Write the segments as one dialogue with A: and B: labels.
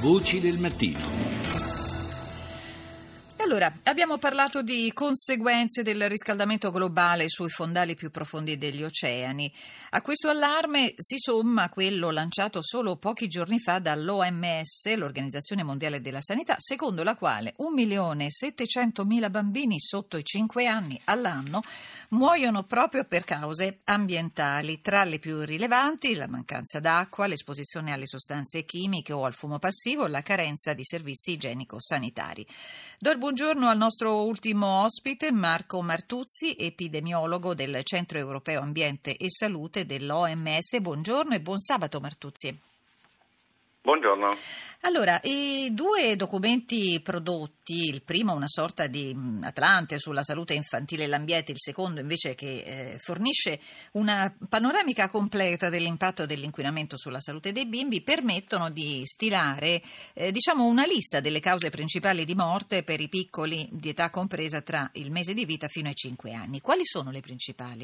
A: Voci del mattino.
B: Allora, abbiamo parlato di conseguenze del riscaldamento globale sui fondali più profondi degli oceani. A questo allarme si somma quello lanciato solo pochi giorni fa dall'OMS, l'Organizzazione Mondiale della Sanità, secondo la quale 1.700.000 bambini sotto i 5 anni all'anno muoiono proprio per cause ambientali. Tra le più rilevanti, la mancanza d'acqua, l'esposizione alle sostanze chimiche o al fumo passivo, la carenza di servizi igienico-sanitari. Do il buongiorno al nostro ultimo ospite, Marco Martuzzi, epidemiologo del Centro Europeo Ambiente e Salute dell'OMS. Buongiorno e buon sabato, Martuzzi.
C: Buongiorno.
B: Allora, i due documenti prodotti, il primo una sorta di Atlante sulla salute infantile e l'ambiente, il secondo invece che fornisce una panoramica completa dell'impatto dell'inquinamento sulla salute dei bimbi, permettono di stilare una lista delle cause principali di morte per i piccoli di età compresa tra il mese di vita fino ai 5 anni. Quali sono le principali?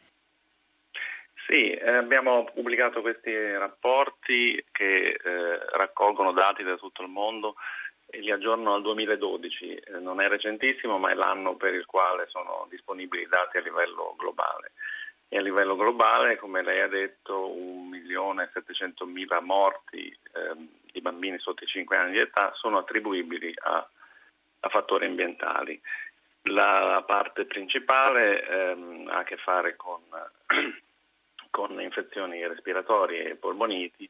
C: Sì, abbiamo pubblicato questi rapporti che raccolgono dati da tutto il mondo e li aggiornano al 2012. Non è recentissimo, ma è l'anno per il quale sono disponibili i dati a livello globale. E a livello globale, come lei ha detto, 1.700.000 morti di bambini sotto i 5 anni di età sono attribuibili a fattori ambientali. La parte principale ha a che fare con infezioni respiratorie e polmoniti.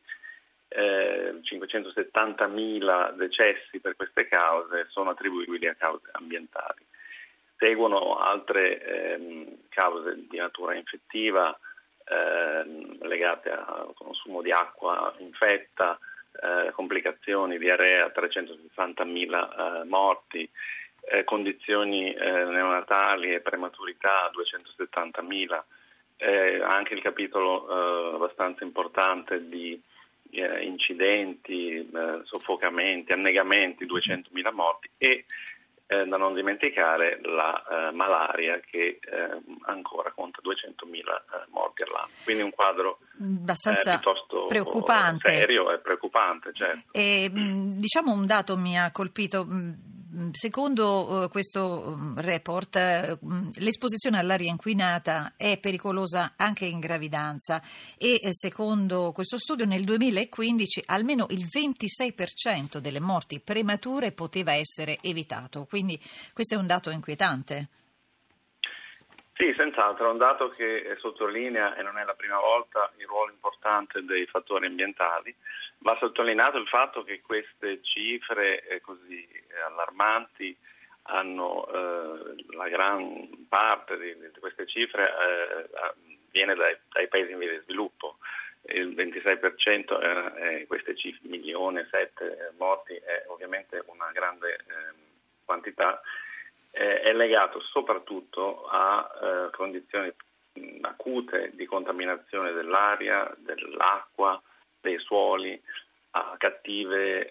C: 570.000 decessi per queste cause sono attribuibili a cause ambientali. Seguono altre cause di natura infettiva legate al consumo di acqua infetta, complicazioni, diarrea, 360.000 morti, condizioni neonatali e prematurità, 270.000. Anche il capitolo abbastanza importante di incidenti, soffocamenti, annegamenti, 200.000 morti e da non dimenticare la malaria che ancora conta 200.000 morti all'anno. Quindi un quadro
B: abbastanza
C: piuttosto
B: preoccupante.
C: Serio e preoccupante, certo.
B: E, un dato mi ha colpito. Secondo questo report, l'esposizione all'aria inquinata è pericolosa anche in gravidanza e secondo questo studio nel 2015 almeno il 26% delle morti premature poteva essere evitato, quindi questo è un dato inquietante.
C: Sì, senz'altro, è un dato che sottolinea, e non è la prima volta, il ruolo importante dei fattori ambientali. Va sottolineato il fatto che queste cifre così allarmanti hanno la gran parte di queste cifre viene dai paesi in via di sviluppo. Il 26% queste cifre, 1.700.000 morti, è ovviamente una grande quantità. È legato soprattutto a condizioni acute di contaminazione dell'aria, dell'acqua, dei suoli, a cattive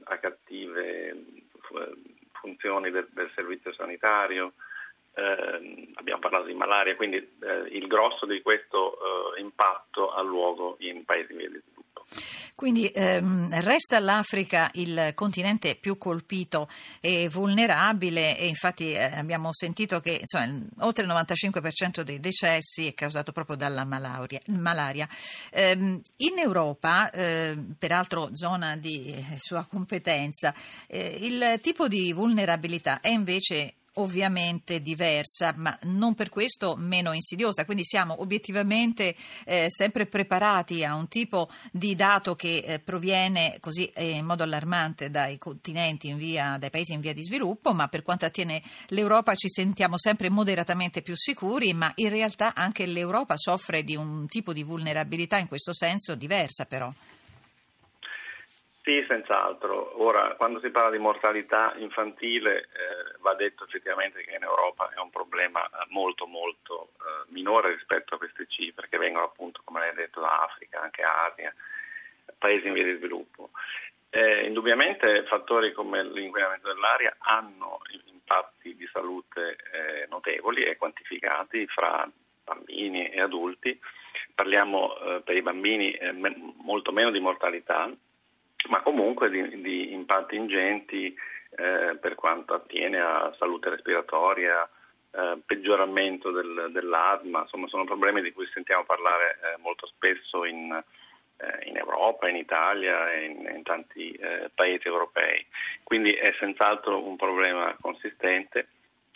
C: funzioni del servizio sanitario. Abbiamo parlato di malaria, quindi il grosso di questo impatto ha luogo in paesi in via di sviluppo.
B: Quindi resta l'Africa il continente più colpito e vulnerabile e infatti abbiamo sentito che oltre il 95% dei decessi è causato proprio dalla malaria. In Europa, peraltro zona di sua competenza, il tipo di vulnerabilità è invece ovviamente diversa, ma non per questo meno insidiosa, quindi siamo obiettivamente sempre preparati a un tipo di dato che proviene così in modo allarmante dai continenti dai paesi in via di sviluppo, ma per quanto attiene l'Europa ci sentiamo sempre moderatamente più sicuri, ma in realtà anche l'Europa soffre di un tipo di vulnerabilità in questo senso diversa però.
C: Sì, senz'altro. Ora, quando si parla di mortalità infantile, va detto effettivamente che in Europa è un problema molto minore rispetto a queste cifre che vengono appunto, come lei ha detto, da Africa, anche Asia, paesi in via di sviluppo. Indubbiamente fattori come l'inquinamento dell'aria hanno impatti di salute notevoli e quantificati fra bambini e adulti. Parliamo per i bambini molto meno di mortalità, ma comunque di impatti ingenti per quanto attiene a salute respiratoria, peggioramento dell'asma. Insomma, sono problemi di cui sentiamo parlare molto spesso in Europa, in Italia e in tanti paesi europei. Quindi è senz'altro un problema consistente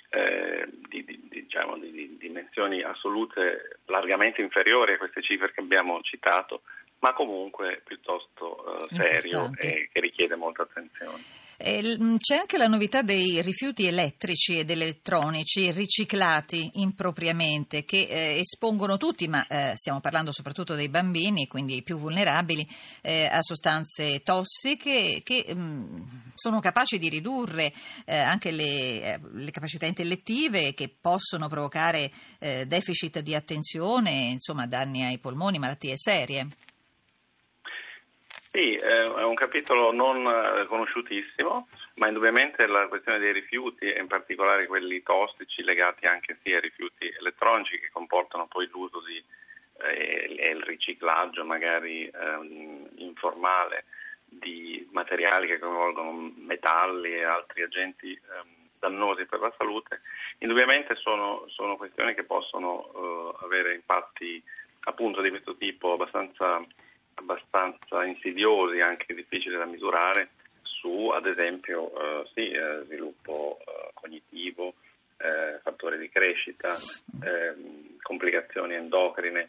C: di dimensioni assolute largamente inferiori a queste cifre che abbiamo citato, ma comunque piuttosto serio e che richiede molta attenzione.
B: C'è anche la novità dei rifiuti elettrici ed elettronici riciclati impropriamente che espongono tutti, ma stiamo parlando soprattutto dei bambini, quindi i più vulnerabili, a sostanze tossiche che sono capaci di ridurre anche le capacità intellettive, che possono provocare deficit di attenzione, insomma danni ai polmoni, malattie serie.
C: Sì, è un capitolo non conosciutissimo, ma indubbiamente la questione dei rifiuti, e in particolare quelli tossici legati anche sia ai rifiuti elettronici che comportano poi l'uso e il riciclaggio magari informale di materiali che coinvolgono metalli e altri agenti dannosi per la salute, indubbiamente sono questioni che possono avere impatti appunto di questo tipo abbastanza insidiosi, anche difficili da misurare, su ad esempio sviluppo cognitivo, fattori di crescita, complicazioni endocrine.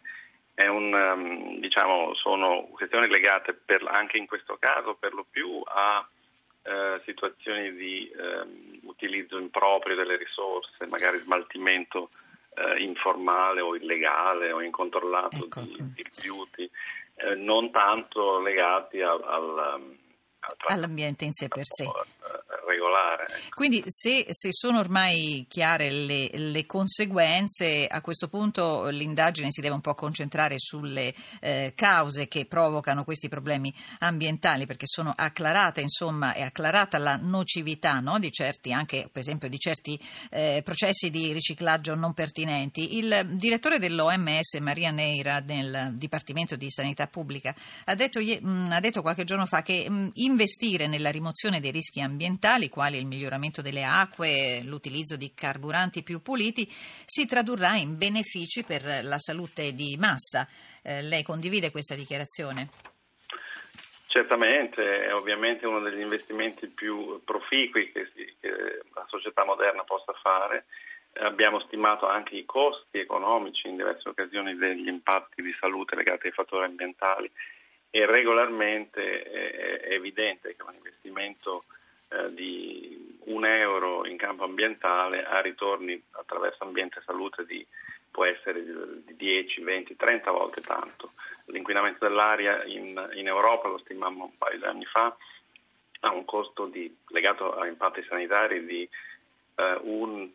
C: Sono questioni legate anche in questo caso per lo più a situazioni di utilizzo improprio delle risorse, magari smaltimento informale o illegale o incontrollato di rifiuti. Non tanto legati
B: all'ambiente in sé per sé.
C: Regolare.
B: Quindi se sono ormai chiare le conseguenze, a questo punto l'indagine si deve un po' concentrare sulle cause che provocano questi problemi ambientali, perché sono acclarate, insomma, è acclarata la nocività, no, di certi, anche per esempio di certi processi di riciclaggio non pertinenti. Il direttore dell'OMS, Maria Neira, nel Dipartimento di Sanità Pubblica, ha detto qualche giorno fa che investire nella rimozione dei rischi ambientali, quali il miglioramento delle acque, l'utilizzo di carburanti più puliti, si tradurrà in benefici per la salute di massa. Lei condivide questa dichiarazione?
C: Certamente, è ovviamente uno degli investimenti più proficui che la società moderna possa fare. Abbiamo stimato anche i costi economici in diverse occasioni degli impatti di salute legati ai fattori ambientali, e regolarmente è evidente che un investimento di €1 in campo ambientale ha ritorni attraverso ambiente e salute può essere di 10, 20, 30 volte tanto. L'inquinamento dell'aria in Europa, lo stimammo un paio di anni fa, ha un costo legato a impatti sanitari di $1,6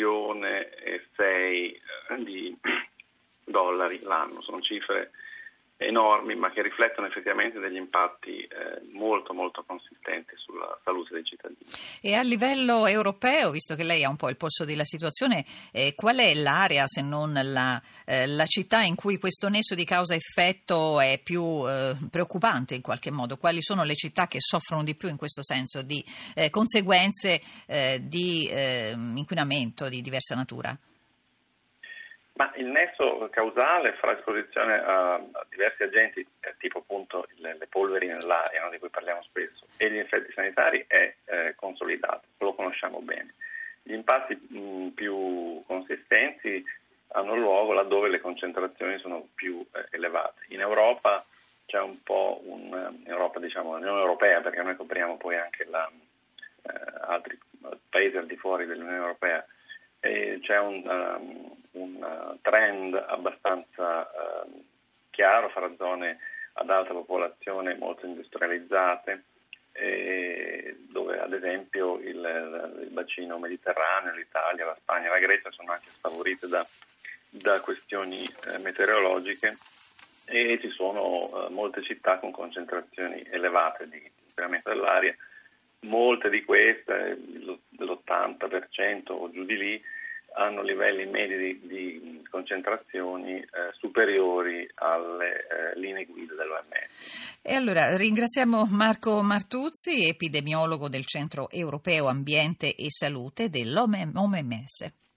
C: trilioni di dollari l'anno. Sono cifre enormi, ma che riflettono effettivamente degli impatti molto molto consistenti sulla salute dei cittadini.
B: E a livello europeo, visto che lei ha un po' il polso della situazione, qual è l'area, se non la città, in cui questo nesso di causa-effetto è più preoccupante in qualche modo? Quali sono le città che soffrono di più in questo senso di conseguenze di inquinamento di diversa natura?
C: Ma il nesso causale fra esposizione a diversi agenti, tipo appunto le polveri nell'aria, no, di cui parliamo spesso, e gli effetti sanitari è consolidato, lo conosciamo bene. Gli impatti più consistenti hanno luogo laddove le concentrazioni sono più elevate. In Europa c'è un po' l'Unione Europea, perché noi copriamo poi anche altri paesi al di fuori dell'Unione Europea. C'è un trend abbastanza chiaro fra zone ad alta popolazione molto industrializzate, dove ad esempio il bacino mediterraneo, l'Italia, la Spagna, la Grecia sono anche sfavorite da questioni meteorologiche, e ci sono molte città con concentrazioni elevate di inquinamento dell'aria. Molte di queste, l'80% o giù di lì, hanno livelli medi di concentrazioni superiori alle linee guida dell'OMS.
B: E allora ringraziamo Marco Martuzzi, epidemiologo del Centro Europeo Ambiente e Salute dell'OMS.